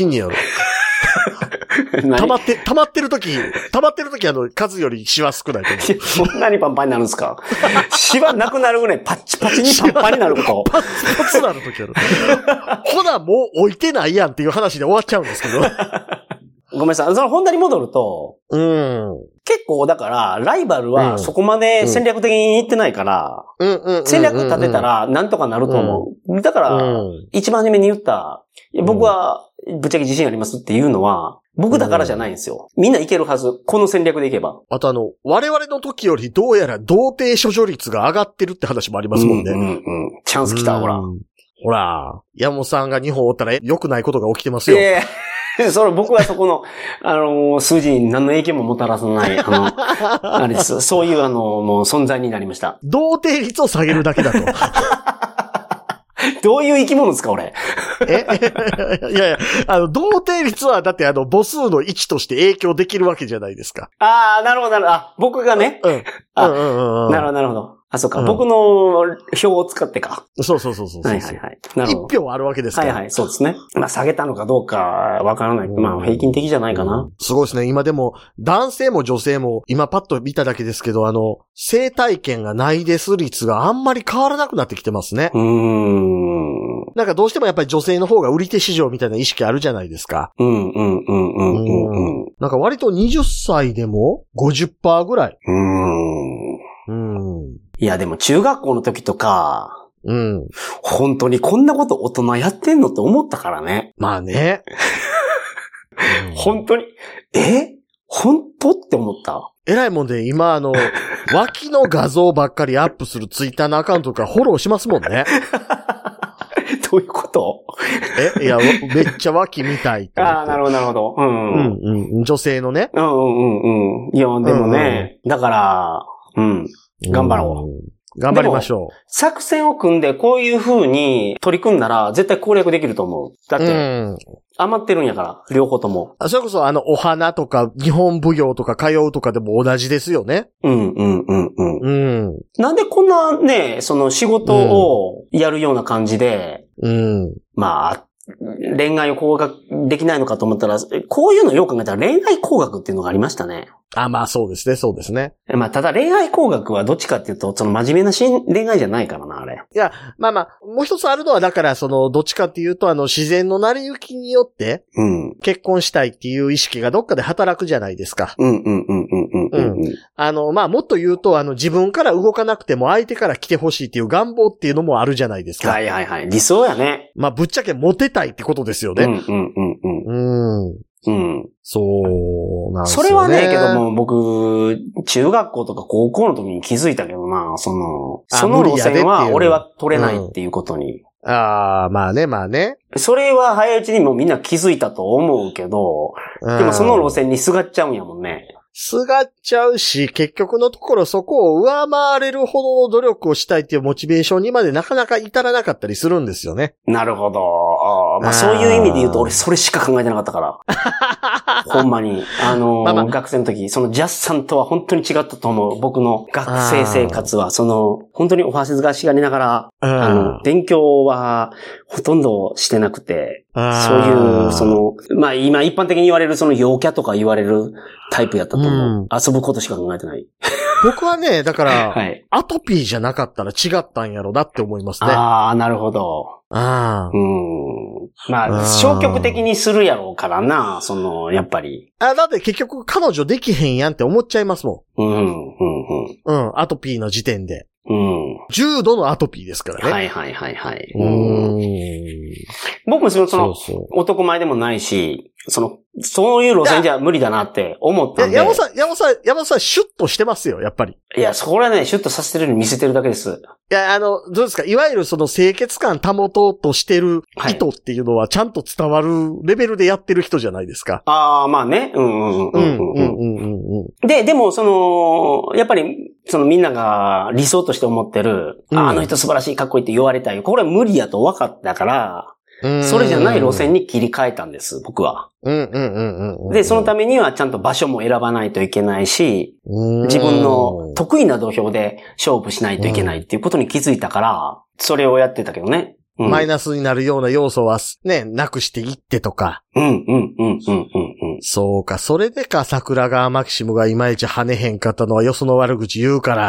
溜まってる時数よりシワ少ないと思う。 そんなにパンパンになるんですか？シワなくなるぐらいパッチパチにパンパンになること。 パツパツなる時ある。ほな、もう置いてないやんっていう話で終わっちゃうんですけど。 ごめんなさい。本題に戻ると、結構だから、ライバルはそこまで戦略的にいってないから、戦略立てたらなんとかなると思う。だから、一番初めに言った、僕はぶっちゃけ自信ありますっていうのは、僕だからじゃないんですよ。みんないけるはず。この戦略でいけば。 あと我々の時よりどうやら童貞処女率が上がってるって話もありますもんね。 チャンス来た、ほら。 ほら、山本さんが日本おったら良くないことが起きてますよ。 僕はそこの、数字に何の影響ももたらさない、あれです。そういうもう存在になりました。 童貞率を下げるだけだと。 どういう生き物ですか、俺。 いや、童貞率はだって母数の1として影響できるわけじゃないですか。 ああ、なるほど。僕がね。なるほど。そうか。僕の表を使ってか。 そう。 はい。なるほど。 1票あるわけですから。 はい、そうですね。まあ、下げたのかどうかわからない。まあ、平均的じゃないかな。 すごいですね。今でも、男性も女性も、今パッと見ただけですけど、性体験がないです率があんまり変わらなくなってきてますね。なんかどうしてもやっぱり女性の方が売り手市場みたいな意識あるじゃないですか。なんか割と20歳でも 50% ぐらい。 いや、でも中学校の時とか、本当にこんなこと大人やってんのって思ったからね。 まあね。 本当に、本当って思った。 えらいもんで、今脇の画像ばっかりアップするツイッターのアカウントとかフォローしますもんね。 どういうこと？ いや、めっちゃ脇見たいって。 ああ、なるほど。 女性のね。 いや、でもね、だから、頑張ろう。 頑張りましょう。 作戦を組んでこういう風に取り組んだら絶対攻略できると思う。だって、余ってるんやから、両方とも。 それこそお花とか日本舞踊とか通うとかでも同じですよね。なんでこんなね、その仕事をやるような感じで、まあ、恋愛を工学できないのかと思ったら、こういうのをよく考えたら恋愛工学っていうのがありましたね。 まあそうですね、そうですね。 まあただ恋愛工学はどっちかっていうと、その真面目な恋愛じゃないからな、あれ。 いや、まあまあ、もう一つあるのはだからどっちかっていうと自然の成り行きによって、結婚したいっていう意識がどっかで働くじゃないですか。まあもっと言うと自分から動かなくても相手から来てほしいっていう願望っていうのもあるじゃないですか。 はいはいはい。理想やね。 まあぶっちゃけモテたいってことですよね。そうなんですよね。 それはね、けども、僕、中学校とか高校の時に気づいたけどな、その路線は俺は取れないっていうことに。 まあね、まあね。 それは早いうちにもみんな気づいたと思うけど、でもその路線にすがっちゃうんやもんね。 すがっちゃうし、結局のところそこを上回れるほどの努力をしたいっていうモチベーションにまでなかなか至らなかったりするんですよね。 なるほど。まあそういう意味で言うと俺それしか考えてなかったから。ほんまに。学生の時、そのジャスさんとは本当に違ったと思う。僕の学生生活は、本当におはせずがしがりながら、勉強はほとんどしてなくて、そういう、まあ今一般的に言われる陽キャとか言われるタイプやったと思う。遊ぶことしか考えてない。 僕はね、だから、アトピーじゃなかったら違ったんやろなって思いますね。 なるほど。まあ、消極的にするやろうからな、やっぱり。 だって結局彼女できへんやんって思っちゃいますもん。アトピーの時点で。重度のアトピーですからね。 はいはいはいはい。僕も男前でもないし、そういう路線じゃ無理だなって思ったんで。 山本さん、シュッとしてますよ、やっぱり。 いや、そこはね、シュッとさせてるように見せてるだけです。 いや、どうですか、いわゆる清潔感保とうとしてる意図っていうのはちゃんと伝わるレベルでやってる人じゃないですか。 まあね。でもやっぱり、みんなが理想として思ってる、あの人素晴らしい、かっこいいって言われたい。これは無理やと分かったから、それじゃない路線に切り替えたんです、僕は。で、そのためにはちゃんと場所も選ばないといけないし、自分の得意な土俵で勝負しないといけないっていうことに気づいたから、それをやってたけどね。 マイナスになるような要素はね、なくしていってとか。そうか、それでか、桜川マキシムがいまいち跳ねへんかったのはよその悪口言うから。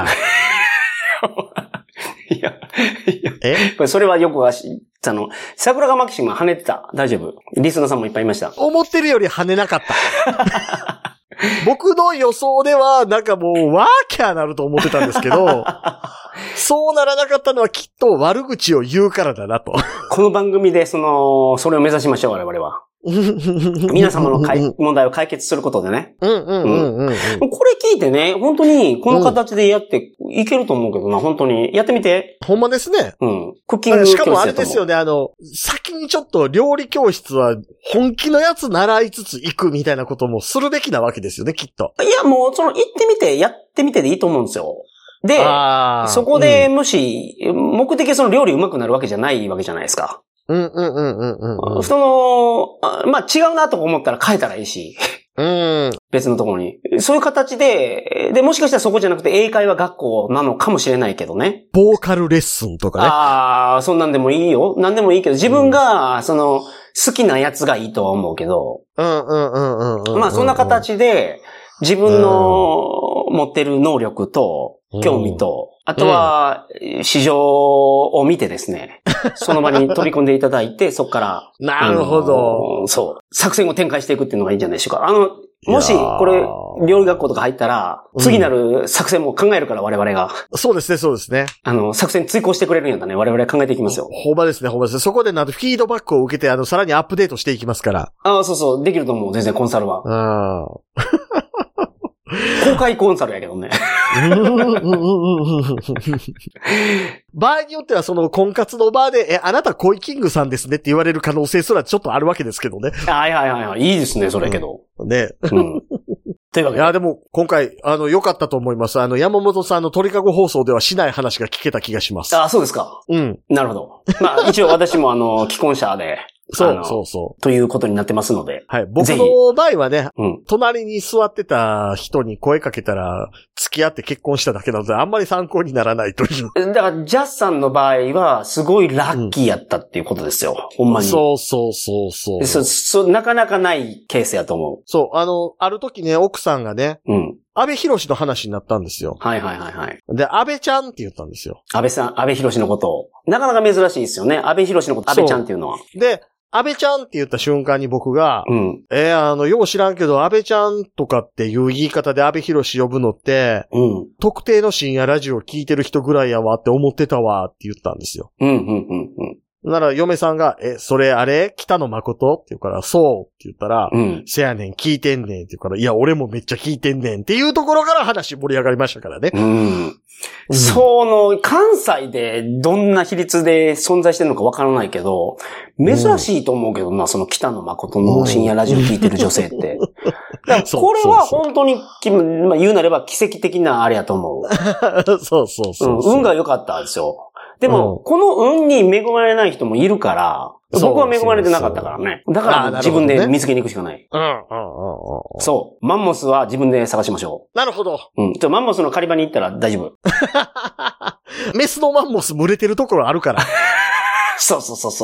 いや、それはよく桜川マキシムは跳ねてた。大丈夫。リスナーさんもいっぱいいました。 思ってるより跳ねなかった。僕の予想では、なんかもう、ワーキャーなると思ってたんですけど、そうならなかったのはきっと悪口を言うからだなと。この番組で、それを目指しましょう、我々は。皆様の問題を解決することでね。これ聞いてね、本当にこの形でやっていけると思うけどな、本当に。やってみて。 ほんまですね。 クッキング教室。 しかもあれですよね、先にちょっと料理教室は本気のやつ習いつつ行くみたいなこともするべきなわけですよね、きっと。 いや、もう、行ってみて、やってみてでいいと思うんですよ。で、そこでもし、目的は料理上手くなるわけじゃないわけじゃないですか。まあ違うなと思ったら変えたらいいし。別のところに。そういう形で、もしかしたらそこじゃなくて英会話学校なのかもしれないけどね。 ボーカルレッスンとかね。そんなんでもいいよ。なんでもいいけど、自分が、好きなやつがいいとは思うけど。まあそんな形で、自分の持ってる能力と、興味と、あとは、市場を見てですね、その場に飛び込んでいただいて、そこから、 なるほど。 作戦を展開していくっていうのがいいんじゃないでしょうか。もし、これ、料理学校とか入ったら、次なる作戦も考えるから、我々が。 そうですね、そうですね。 作戦追考してくれるんやったらね、我々考えていきますよ。 ほんまですね、ほんまですね。そこでフィードバックを受けて、さらにアップデートしていきますから。 そう、できると思う、全然コンサルは。公開コンサルやけどね。場合によっては婚活の場で、あなたコイキングさんですねって言われる可能性すらちょっとあるわけですけどね。はい。いいですね、それけど。 ね。 というわけで。 いや、でも、今回、良かったと思います。山本さんの鳥かご放送ではしない話が聞けた気がします。 あ、そうですか。 うん。 なるほど。まあ、一応私も既婚者で。 そう。 ということになってますので。 はい。僕の場合はね、隣に座ってた人に声かけたら、付き合って結婚しただけなので、あんまり参考にならないという。 だから、ジャスさんの場合は、すごいラッキーやったっていうことですよ。ほんまに。 そう。 なかなかないケースやと思う。 そう。ある時ね、奥さんがね、安倍博士の話になったんですよ。 はい。 で、安倍ちゃんって言ったんですよ。 安倍博士のことを。なかなか珍しいですよね。安倍博士のこと、安倍ちゃんっていうのは。 で、安倍ちゃんって言った瞬間に僕が、よう知らんけど、安倍ちゃんとかっていう言い方で安倍博士呼ぶのって、特定の深夜ラジオ聞いてる人ぐらいやわって思ってたわって言ったんですよ。なら、嫁さんが、それあれ北野誠って言うから、そうって言ったら、せやねん、聞いてんねんって言うから、いや、俺もめっちゃ聞いてんねんっていうところから話盛り上がりましたからね。 関西でどんな比率で存在してるのかわからないけど、珍しいと思うけどな、その北野誠の深夜ラジオ聞いてる女性って。これは本当に、言うなれば奇跡的なあれやと思う。 そう。 運が良かったんですよ。でも、この運に恵まれない人もいるから、僕は恵まれてなかったからね。だから自分で見つけに行くしかない。そう。マンモスは自分で探しましょう。なるほど。 マンモスの狩り場に行ったら大丈夫。 メスのマンモス群れてるところあるから。 そう。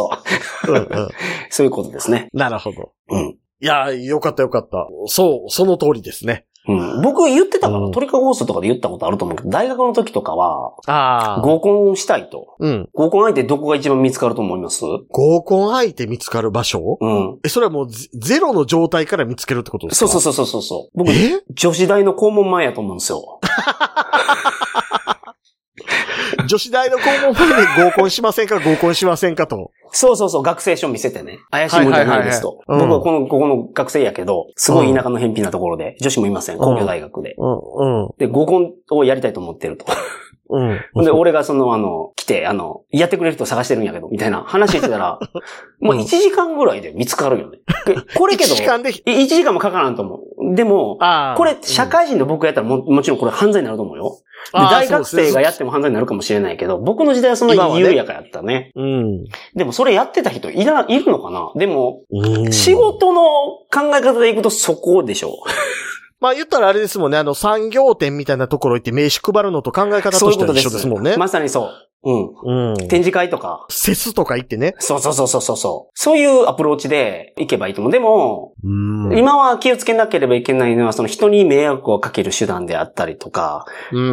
そういうことですね。 なるほど。いや、よかった。そう、その通りですね。 僕言ってたから、鳥かご放送とかで言ったことあると思うけど、大学の時とかは、合コンしたいと。合コン相手どこが一番見つかると思います？ 合コン相手見つかる場所？それはもうゼロの状態から見つけるってことですか？ そう。僕、女子大の校門前やと思うんですよ。 女子大の校門前で合コンしませんかと。 そう。学生証見せてね。怪しいもんじゃないですと。僕はここの学生やけど、すごい田舎の偏僻なところで、女子もいません。工業大学で。で、合コンをやりたいと思ってると。で、俺が来て、やってくれる人探してるんやけど、みたいな話してたら、もう1時間ぐらいで見つかるよね。これけど、1時間もかからんと思う。でも、これ、社会人で僕やったらもちろんこれ犯罪になると思うよ。大学生がやっても犯罪になるかもしれないけど、僕の時代はそんなに緩やかやったね。でもそれやってた人いるのかな？でも、仕事の考え方でいくとそこでしょう。 まあ言ったらあれですもんね、産業店みたいなところ行って名刺配るのと考え方としては一緒ですもんね。 まさにそう。展示会とか。 フェスとか行ってね。 そう。そういうアプローチで行けばいいと思う。でも、今は気をつけなければいけないのは、その人に迷惑をかける手段であったりとか、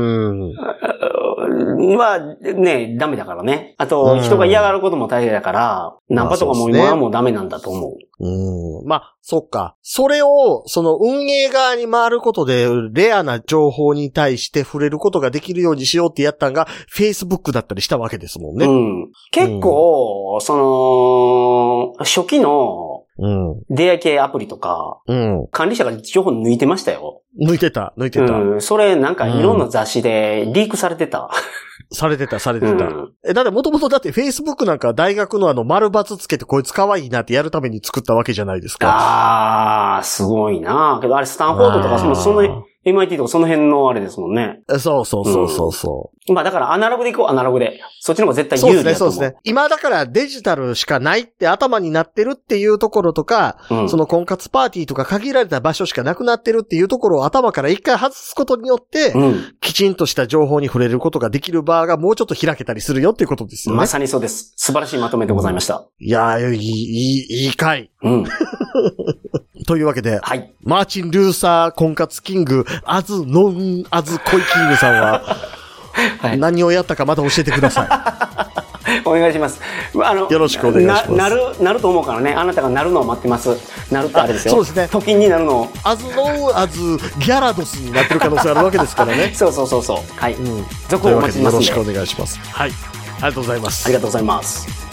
はね、ダメだからね。あと、人が嫌がることも大変だから、ナンパとかも今はもうダメなんだと思う。 まあ、そっか。それを、その運営側に回ることで、レアな情報に対して触れることができるようにしようってやったんが、Facebook だったりしたわけですもんね。 結構、初期の、出会い系アプリとか、管理者が情報抜いてましたよ。 抜いてた。 それなんかいろんな雑誌でリークされてた。 されてた。だってもともとFacebook なんか大学の丸×つけてこいつ可愛いなってやるために作ったわけじゃないですか。 すごいな。けどあれスタンフォードとかそのMIT とかその辺のあれですもんね。 そう。 まあだからアナログで行こう、アナログで。そっちの方が絶対有利だと思う。 そうですね。今だからデジタルしかないって頭になってるっていうところとか、その婚活パーティーとか限られた場所しかなくなってるっていうところを頭から一回外すことによって、きちんとした情報に触れることができる場がもうちょっと開けたりするよっていうことですよね。 まさにそうです。素晴らしいまとめでございました。 いやー、いい回。というわけで、マーチン・ルーサー婚活キング、アズ・ノン・アズ・コイ・キングさんは、何をやったかまた教えてください。お願いします。 よろしくお願いします。 なると思うからね。あなたがなるのを待ってます。なるってあれですよ。 そうですね。 時計になるのを。 アズ・ノン・アズ・ギャラドスになってる可能性あるわけですからね。 そう。はい。続報をお待ちしてますんで。 よろしくお願いします。はい。ありがとうございます。 ありがとうございます。